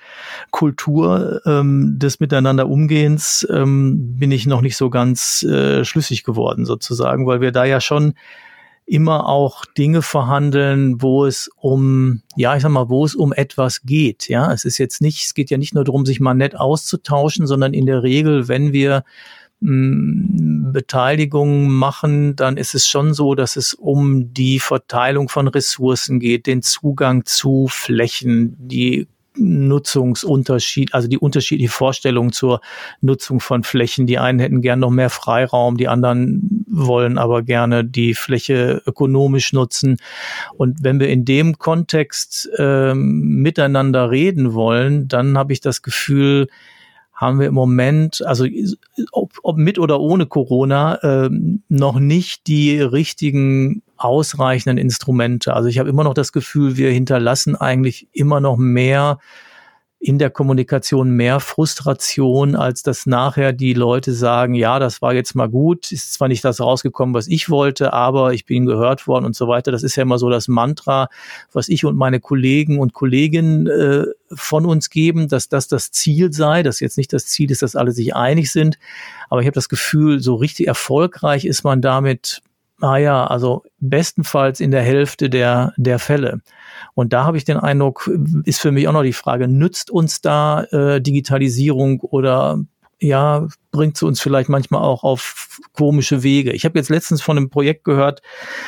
Kultur ähm, des Miteinanderumgehens ähm, bin ich noch nicht so ganz äh, schlüssig geworden sozusagen, weil wir da ja schon immer auch Dinge verhandeln, wo es um, ja, ich sag mal, wo es um etwas geht. Ja, es ist jetzt nicht, es geht ja nicht nur darum, sich mal nett auszutauschen, sondern in der Regel, wenn wir mh, Beteiligung machen, dann ist es schon so, dass es um die Verteilung von Ressourcen geht, den Zugang zu Flächen, die Nutzungsunterschied, also die unterschiedliche Vorstellungen zur Nutzung von Flächen. Die einen hätten gern noch mehr Freiraum, die anderen wollen aber gerne die Fläche ökonomisch nutzen. Und wenn wir in dem Kontext ähm, miteinander reden wollen, dann habe ich das Gefühl, haben wir im Moment, also ob, ob mit oder ohne Corona, äh, noch nicht die richtigen ausreichenden Instrumente. Also ich habe immer noch das Gefühl, wir hinterlassen eigentlich immer noch mehr in der Kommunikation, mehr Frustration, als dass nachher die Leute sagen, ja, das war jetzt mal gut, ist zwar nicht das rausgekommen, was ich wollte, aber ich bin gehört worden und so weiter. Das ist ja immer so das Mantra, was ich und meine Kollegen und Kolleginnen äh, von uns geben, dass das das Ziel sei, dass jetzt nicht das Ziel ist, dass alle sich einig sind. Aber ich habe das Gefühl, so richtig erfolgreich ist man damit, naja, also bestenfalls in der Hälfte der der Fälle. Und da habe ich den Eindruck, ist für mich auch noch die Frage, nützt uns da äh, Digitalisierung oder ja, bringt sie uns vielleicht manchmal auch auf komische Wege? Ich habe jetzt letztens von einem Projekt gehört,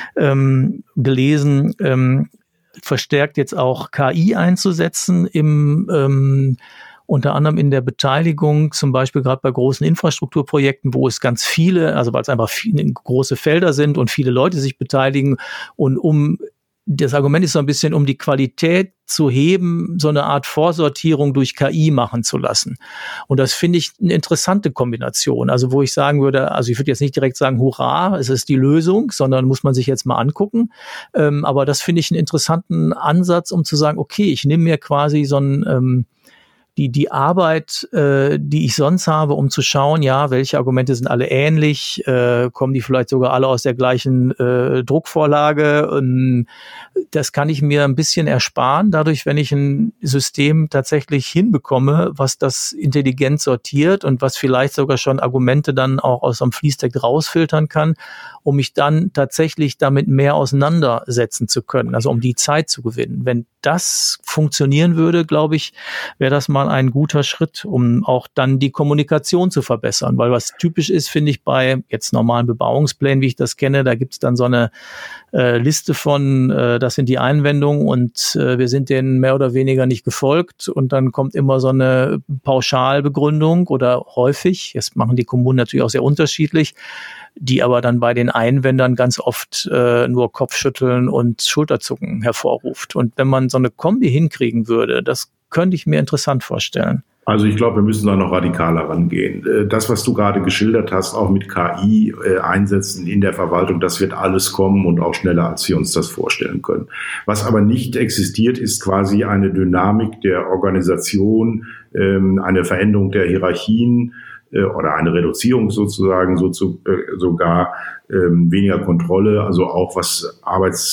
ähm, gelesen, ähm, verstärkt jetzt auch K I einzusetzen im ähm, unter anderem in der Beteiligung, zum Beispiel gerade bei großen Infrastrukturprojekten, wo es ganz viele, also weil es einfach viele große Felder sind und viele Leute sich beteiligen. Und um das Argument ist so ein bisschen, um die Qualität zu heben, so eine Art Vorsortierung durch K I machen zu lassen. Und das finde ich eine interessante Kombination. Also wo ich sagen würde, also ich würde jetzt nicht direkt sagen, hurra, es ist die Lösung, sondern muss man sich jetzt mal angucken. Ähm, aber das finde ich einen interessanten Ansatz, um zu sagen, okay, ich nehme mir quasi so ein ähm, die die Arbeit, äh, die ich sonst habe, um zu schauen, ja, welche Argumente sind alle ähnlich, äh, kommen die vielleicht sogar alle aus der gleichen äh, Druckvorlage. Und das kann ich mir ein bisschen ersparen, dadurch, wenn ich ein System tatsächlich hinbekomme, was das intelligent sortiert und was vielleicht sogar schon Argumente dann auch aus einem Fließtext rausfiltern kann, um mich dann tatsächlich damit mehr auseinandersetzen zu können, also um die Zeit zu gewinnen. Wenn das funktionieren würde, glaube ich, wäre das mal ein guter Schritt, um auch dann die Kommunikation zu verbessern. Weil was typisch ist, finde ich, bei jetzt normalen Bebauungsplänen, wie ich das kenne, da gibt es dann so eine äh, Liste von, äh, das sind die Einwendungen und äh, wir sind denen mehr oder weniger nicht gefolgt und dann kommt immer so eine Pauschalbegründung oder häufig, jetzt machen die Kommunen natürlich auch sehr unterschiedlich, die aber dann bei den Einwendern ganz oft äh, nur Kopfschütteln und Schulterzucken hervorruft. Und wenn man so eine Kombi hinkriegen würde, das könnte ich mir interessant vorstellen. Also ich glaube, wir müssen da noch radikaler rangehen. Das, was du gerade geschildert hast, auch mit K I äh, einsetzen in der Verwaltung, das wird alles kommen und auch schneller, als wir uns das vorstellen können. Was aber nicht existiert, ist quasi eine Dynamik der Organisation, ähm, eine Veränderung der Hierarchien, oder eine Reduzierung sozusagen, so zu, äh, sogar ähm, weniger Kontrolle, also auch was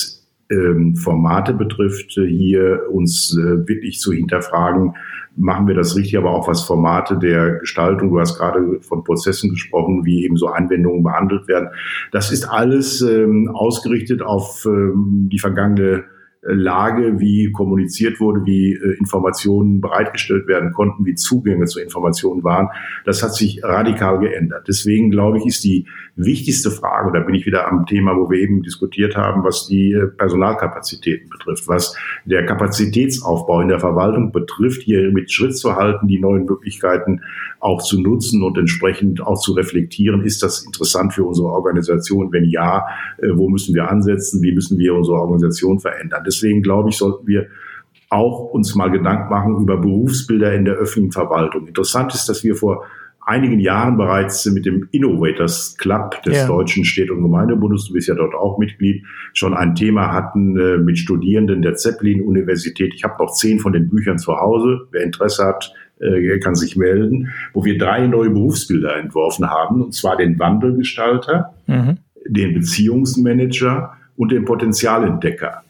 Arbeitsformate ähm, betrifft, hier uns äh, wirklich zu hinterfragen, machen wir das richtig, aber auch was Formate der Gestaltung, du hast gerade von Prozessen gesprochen, wie eben so Anwendungen behandelt werden. Das ist alles ähm, ausgerichtet auf ähm, die vergangene Lage, wie kommuniziert wurde, wie äh, Informationen bereitgestellt werden konnten, wie Zugänge zu Informationen waren. Das hat sich radikal geändert. Deswegen, glaube ich, ist die wichtigste Frage, da bin ich wieder am Thema, wo wir eben diskutiert haben, was die äh, Personalkapazitäten betrifft, was der Kapazitätsaufbau in der Verwaltung betrifft, hier mit Schritt zu halten, die neuen Möglichkeiten auch zu nutzen und entsprechend auch zu reflektieren. Ist das interessant für unsere Organisation? Wenn ja, äh, wo müssen wir ansetzen? Wie müssen wir unsere Organisation verändern? Deswegen glaube ich, sollten wir auch uns mal Gedanken machen über Berufsbilder in der öffentlichen Verwaltung. Interessant ist, dass wir vor einigen Jahren bereits mit dem Innovators Club des ja. Deutschen Städte- und Gemeindebundes, du bist ja dort auch Mitglied, schon ein Thema hatten äh, mit Studierenden der Zeppelin-Universität. Ich habe noch zehn von den Büchern zu Hause. Wer Interesse hat, äh, kann sich melden, wo wir drei neue Berufsbilder entworfen haben, und zwar den Wandelgestalter, mhm. den Beziehungsmanager und den Potenzialentdecker.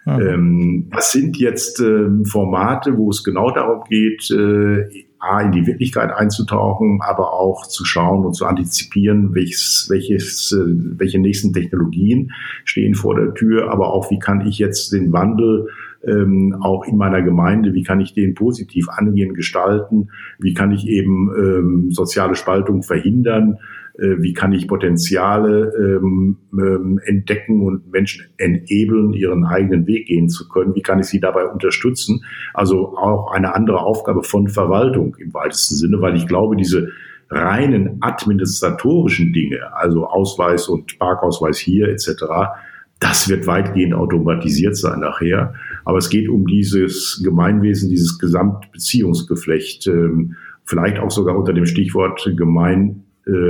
Ähm, das sind jetzt äh, Formate, wo es genau darum geht, äh, A, in die Wirklichkeit einzutauchen, aber auch zu schauen und zu antizipieren, welches, welches, äh, welche nächsten Technologien stehen vor der Tür, aber auch, wie kann ich jetzt den Wandel ähm, auch in meiner Gemeinde, wie kann ich den positiv angehen, gestalten, wie kann ich eben ähm, soziale Spaltung verhindern, Wie kann ich Potenziale ähm, ähm, entdecken und Menschen enablen, ihren eigenen Weg gehen zu können? Wie kann ich sie dabei unterstützen? Also auch eine andere Aufgabe von Verwaltung im weitesten Sinne, weil ich glaube, diese reinen administratorischen Dinge, also Ausweis und Parkausweis hier et cetera, das wird weitgehend automatisiert sein nachher. Aber es geht um dieses Gemeinwesen, dieses Gesamtbeziehungsgeflecht, ähm, vielleicht auch sogar unter dem Stichwort Gemein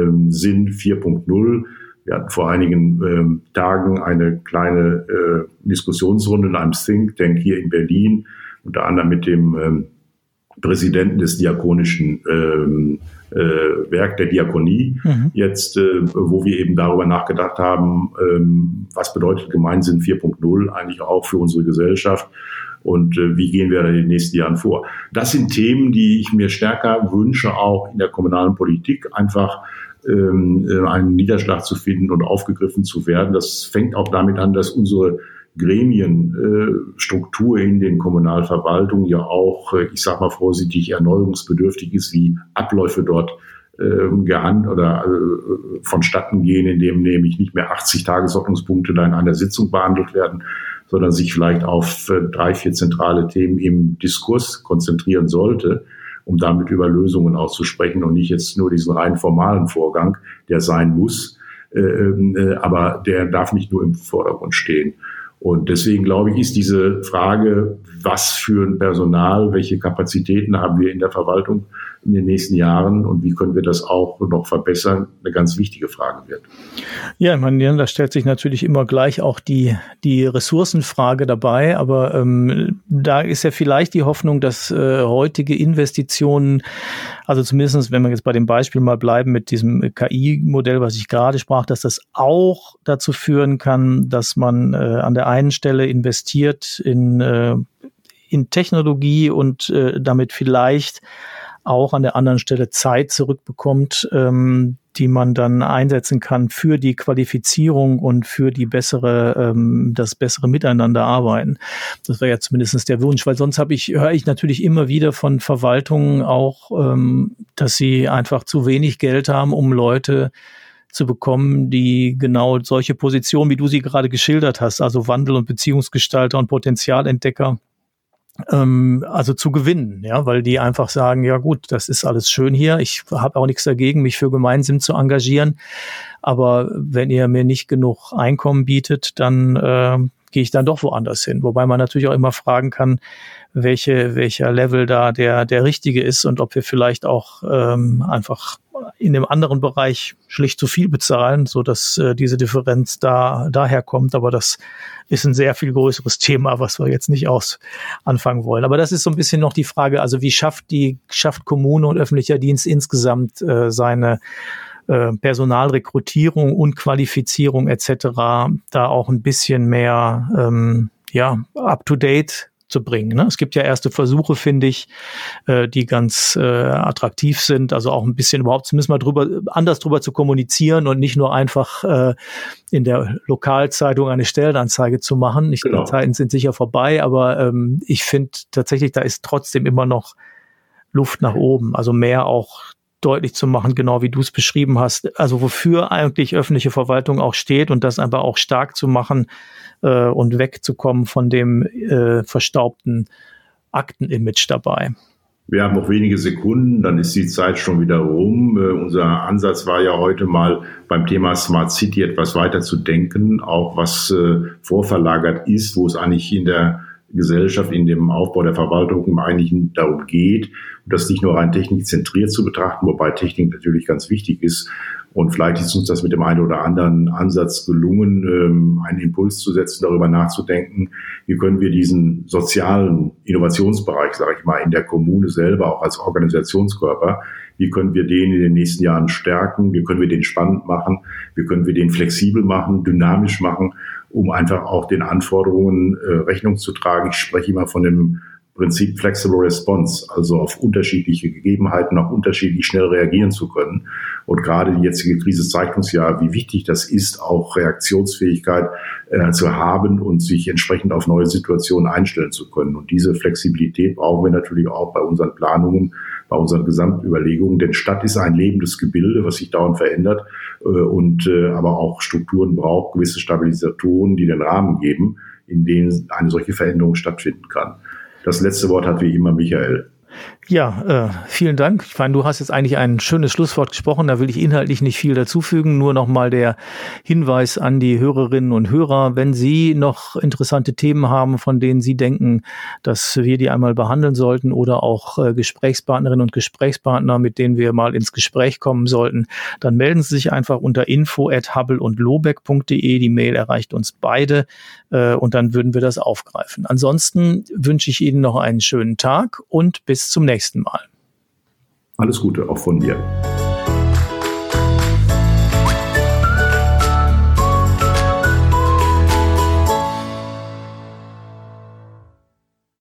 Sinn vier Punkt null. Wir hatten vor einigen ähm, Tagen eine kleine äh, Diskussionsrunde in einem Think Tank hier in Berlin, unter anderem mit dem ähm, Präsidenten des Diakonischen ähm, äh, Werk der Diakonie, mhm. jetzt, äh, wo wir eben darüber nachgedacht haben, ähm, was bedeutet Gemeinsinn vier Punkt null eigentlich auch für unsere Gesellschaft. Und äh, wie gehen wir da in den nächsten Jahren vor? Das sind Themen, die ich mir stärker wünsche, auch in der kommunalen Politik, einfach ähm, einen Niederschlag zu finden und aufgegriffen zu werden. Das fängt auch damit an, dass unsere Gremienstruktur äh, in den Kommunalverwaltungen ja auch, äh, ich sage mal vorsichtig, erneuerungsbedürftig ist, wie Abläufe dort äh, gehand oder äh, vonstatten gehen, indem nämlich nicht mehr achtzig Tagesordnungspunkte da in einer Sitzung behandelt werden, sondern sich vielleicht auf äh, drei, vier zentrale Themen im Diskurs konzentrieren sollte, um damit über Lösungen auszusprechen und nicht jetzt nur diesen rein formalen Vorgang, der sein muss, äh, äh, aber der darf nicht nur im Vordergrund stehen. Und deswegen, glaube ich, ist diese Frage, was für ein Personal, welche Kapazitäten haben wir in der Verwaltung in den nächsten Jahren und wie können wir das auch noch verbessern, eine ganz wichtige Frage wird. Ja, ich meine, da stellt sich natürlich immer gleich auch die, die Ressourcenfrage dabei, aber ähm, da ist ja vielleicht die Hoffnung, dass äh, heutige Investitionen, also zumindest, wenn wir jetzt bei dem Beispiel mal bleiben mit diesem K I-Modell, was ich gerade sprach, dass das auch dazu führen kann, dass man äh, an der einen Stelle investiert in, äh, in Technologie und äh, damit vielleicht auch an der anderen Stelle Zeit zurückbekommt, ähm, die man dann einsetzen kann für die Qualifizierung und für die bessere, ähm, das bessere Miteinander arbeiten. Das wäre ja zumindest der Wunsch, weil sonst habe ich, höre ich natürlich immer wieder von Verwaltungen auch, ähm, dass sie einfach zu wenig Geld haben, um Leute zu bekommen, die genau solche Positionen, wie du sie gerade geschildert hast, also Wandel- und Beziehungsgestalter und Potenzialentdecker, also zu gewinnen, ja, weil die einfach sagen, ja gut, das ist alles schön hier, ich habe auch nichts dagegen, mich für Gemeinsinn zu engagieren, aber wenn ihr mir nicht genug Einkommen bietet, dann äh, gehe ich dann doch woanders hin, wobei man natürlich auch immer fragen kann, welche welcher Level da der der richtige ist und ob wir vielleicht auch ähm, einfach in dem anderen Bereich schlicht zu viel bezahlen, so dass äh, diese Differenz da daher kommt. Aber das ist ein sehr viel größeres Thema, was wir jetzt nicht aus anfangen wollen. Aber das ist so ein bisschen noch die Frage, also wie schafft die schafft Kommune und öffentlicher Dienst insgesamt äh, seine äh, Personalrekrutierung und Qualifizierung et cetera da auch ein bisschen mehr ähm, ja up to date zu bringen. Ne? Es gibt ja erste Versuche, finde ich, äh, die ganz äh, attraktiv sind, also auch ein bisschen überhaupt zumindest mal drüber, anders drüber zu kommunizieren und nicht nur einfach äh, in der Lokalzeitung eine Stellenanzeige zu machen. Ich, genau. Die Zeiten sind sicher vorbei, aber ähm, ich finde tatsächlich, da ist trotzdem immer noch Luft nach oben, also mehr auch deutlich zu machen, genau wie du es beschrieben hast, also wofür eigentlich öffentliche Verwaltung auch steht und das einfach auch stark zu machen äh, und wegzukommen von dem äh, verstaubten Aktenimage dabei. Wir haben noch wenige Sekunden, dann ist die Zeit schon wieder rum. Äh, unser Ansatz war ja heute mal beim Thema Smart City etwas weiter zu denken, auch was äh, vorverlagert ist, wo es eigentlich in der Gesellschaft, in dem Aufbau der Verwaltung im Eigentlichen darum geht, das nicht nur rein technikzentriert zu betrachten, wobei Technik natürlich ganz wichtig ist. Und vielleicht ist uns das mit dem einen oder anderen Ansatz gelungen, einen Impuls zu setzen, darüber nachzudenken, wie können wir diesen sozialen Innovationsbereich, sage ich mal, in der Kommune selber, auch als Organisationskörper, wie können wir den in den nächsten Jahren stärken, wie können wir den spannend machen, wie können wir den flexibel machen, dynamisch machen, um einfach auch den Anforderungen äh, Rechnung zu tragen. Ich spreche immer von dem Prinzip Flexible Response, also auf unterschiedliche Gegebenheiten auch unterschiedlich schnell reagieren zu können. Und gerade die jetzige Krise zeigt uns ja, wie wichtig das ist, auch Reaktionsfähigkeit äh, zu haben und sich entsprechend auf neue Situationen einstellen zu können. Und diese Flexibilität brauchen wir natürlich auch bei unseren Planungen, bei unseren Gesamtüberlegungen. Denn Stadt ist ein lebendes Gebilde, was sich dauernd verändert äh, und äh, aber auch Strukturen braucht, gewisse Stabilisatoren, die den Rahmen geben, in denen eine solche Veränderung stattfinden kann. Das letzte Wort hat wie immer Michael. Ja, äh, vielen Dank. Ich meine, du hast jetzt eigentlich ein schönes Schlusswort gesprochen. Da will ich inhaltlich nicht viel dazufügen. Nur nochmal der Hinweis an die Hörerinnen und Hörer. Wenn Sie noch interessante Themen haben, von denen Sie denken, dass wir die einmal behandeln sollten oder auch äh, Gesprächspartnerinnen und Gesprächspartner, mit denen wir mal ins Gespräch kommen sollten, dann melden Sie sich einfach unter info at hubble und lobeck punkt de. Die Mail erreicht uns beide äh, und dann würden wir das aufgreifen. Ansonsten wünsche ich Ihnen noch einen schönen Tag und bis zum nächsten Mal. Alles Gute, auch von mir.